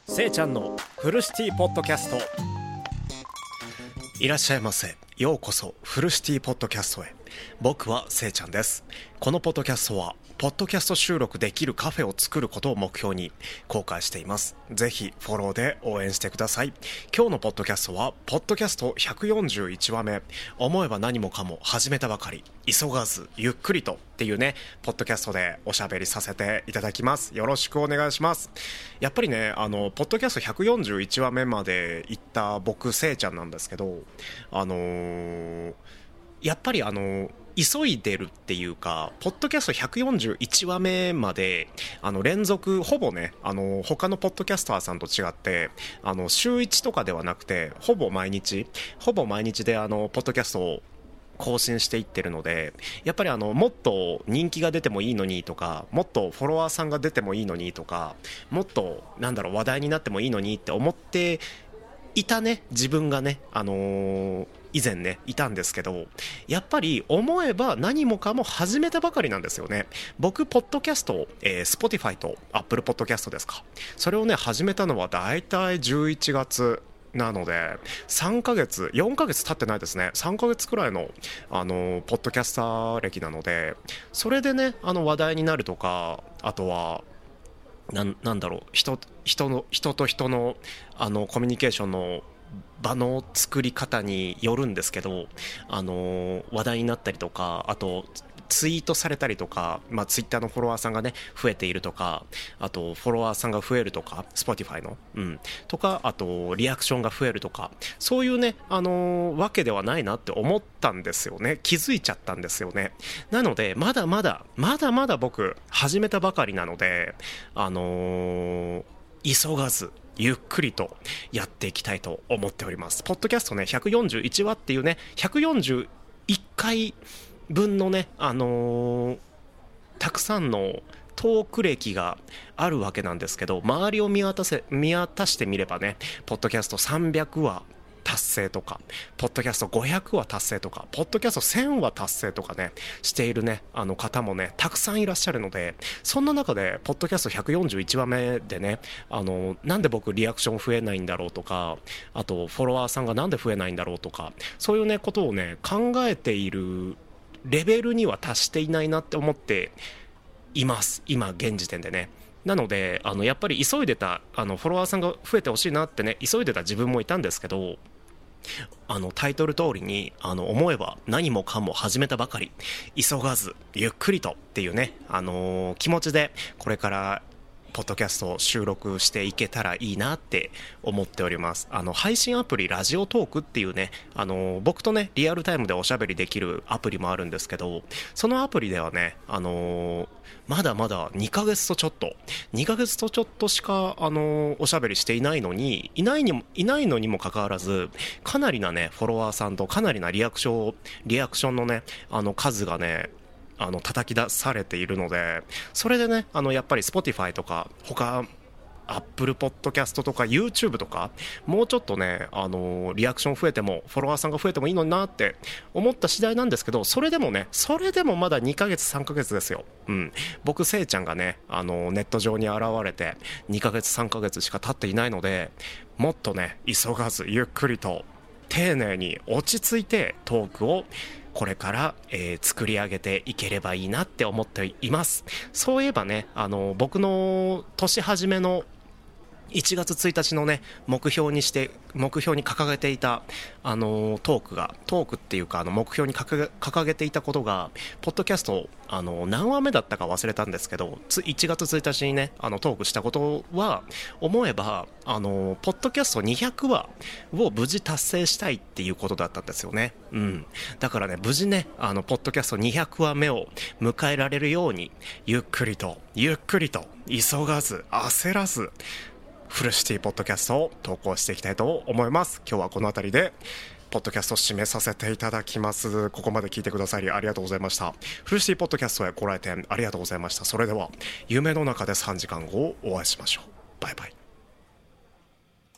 せいちゃんのフルシティポッドキャスト。いらっしゃいませ。ようこそフルシティポッドキャストへ。僕はせいちゃんです。このポッドキャストはポッドキャスト収録できるカフェを作ることを目標に公開しています。ぜひフォローで応援してください。今日のポッドキャストはポッドキャスト141話目、思えば何もかも始めたばかり、急がずゆっくりとっていうね、ポッドキャストでおしゃべりさせていただきます。よろしくお願いします。やっぱりね、ポッドキャスト141話目まで行った僕せいちゃんなんですけど、やっぱり急いでるっていうか、ポッドキャスト141話目まで連続ほぼね、他のポッドキャスターさんと違って週1とかではなくて、ほぼ毎日でポッドキャストを更新していってるので、やっぱりもっと人気が出てもいいのにとか、もっとフォロワーさんが出てもいいのにとか、もっと話題になってもいいのにって思っていたね、自分がね、以前ねいたんですけど、やっぱり思えば何もかも始めたばかりなんですよね。僕ポッドキャスト、Spotify と Apple ポッドキャストですか、それをね始めたのはだいたい11月なので4ヶ月経ってないですね。3ヶ月くらいのポッドキャスター歴なので、それでね話題になるとか、あとは人と人のコミュニケーションの場の作り方によるんですけど、話題になったりとか、あとツイートされたりとか、ツイッターのフォロワーさんがね増えているとか、あとフォロワーさんが増えるとか、 Spotify のとか、あとリアクションが増えるとか、そういうねわけではないなって思ったんですよね。気づいちゃったんですよね。なのでまだまだ僕始めたばかりなので、急がずゆっくりとやっていきたいと思っております。ポッドキャストね141話っていうね、141回分のねたくさんのトーク歴があるわけなんですけど、周りを見渡してみればね、ポッドキャスト300話達成とか、ポッドキャスト500話達成とか、ポッドキャスト1000話達成とかねしているね方もねたくさんいらっしゃるので、そんな中でポッドキャスト141話目でねなんで僕リアクション増えないんだろうとか、あとフォロワーさんがなんで増えないんだろうとか、そういうねことをね考えているレベルには達していないなって思っています、今現時点でね。なのでやっぱり急いでたフォロワーさんが増えてほしいなってね急いでた自分もいたんですけど、タイトル通りに思えば何もかも始めたばかり、急がずゆっくりとっていうね、気持ちでこれからポッドキャストを収録していけたらいいなって思っております。配信アプリラジオトークっていうね僕とねリアルタイムでおしゃべりできるアプリもあるんですけど、そのアプリではねまだまだ2ヶ月とちょっとしかおしゃべりしていないのにもかかわらず、かなりなねフォロワーさんとかなりなリアクションのね数がね叩き出されているので、それでねやっぱり Spotify とか他Apple Podcast とか YouTube とか、もうちょっとねリアクション増えてもフォロワーさんが増えてもいいのになって思った次第なんですけど、それでもまだ2ヶ月3ヶ月ですよ。僕せいちゃんがねネット上に現れて2ヶ月3ヶ月しか経っていないので、もっとね急がずゆっくりと丁寧に落ち着いてトークをこれから、作り上げていければいいなって思っています。そういえばね僕の年始めの1月1日のね目標に掲げていたトークっていうか目標に掲げていたことが、ポッドキャスト何話目だったか忘れたんですけど、1月1日にねトークしたことは、思えばポッドキャスト200話を無事達成したいっていうことだったんですよね。だからね無事ねポッドキャスト200話目を迎えられるように、ゆっくりと急がず焦らずフルシティポッドキャストを投稿していきたいと思います。今日はこの辺りでポッドキャストを締めさせていただきます。ここまで聞いてくださりありがとうございました。フルシティポッドキャストへご来店ありがとうございました。それでは夢の中で3時間後お会いしましょう。バイバイ。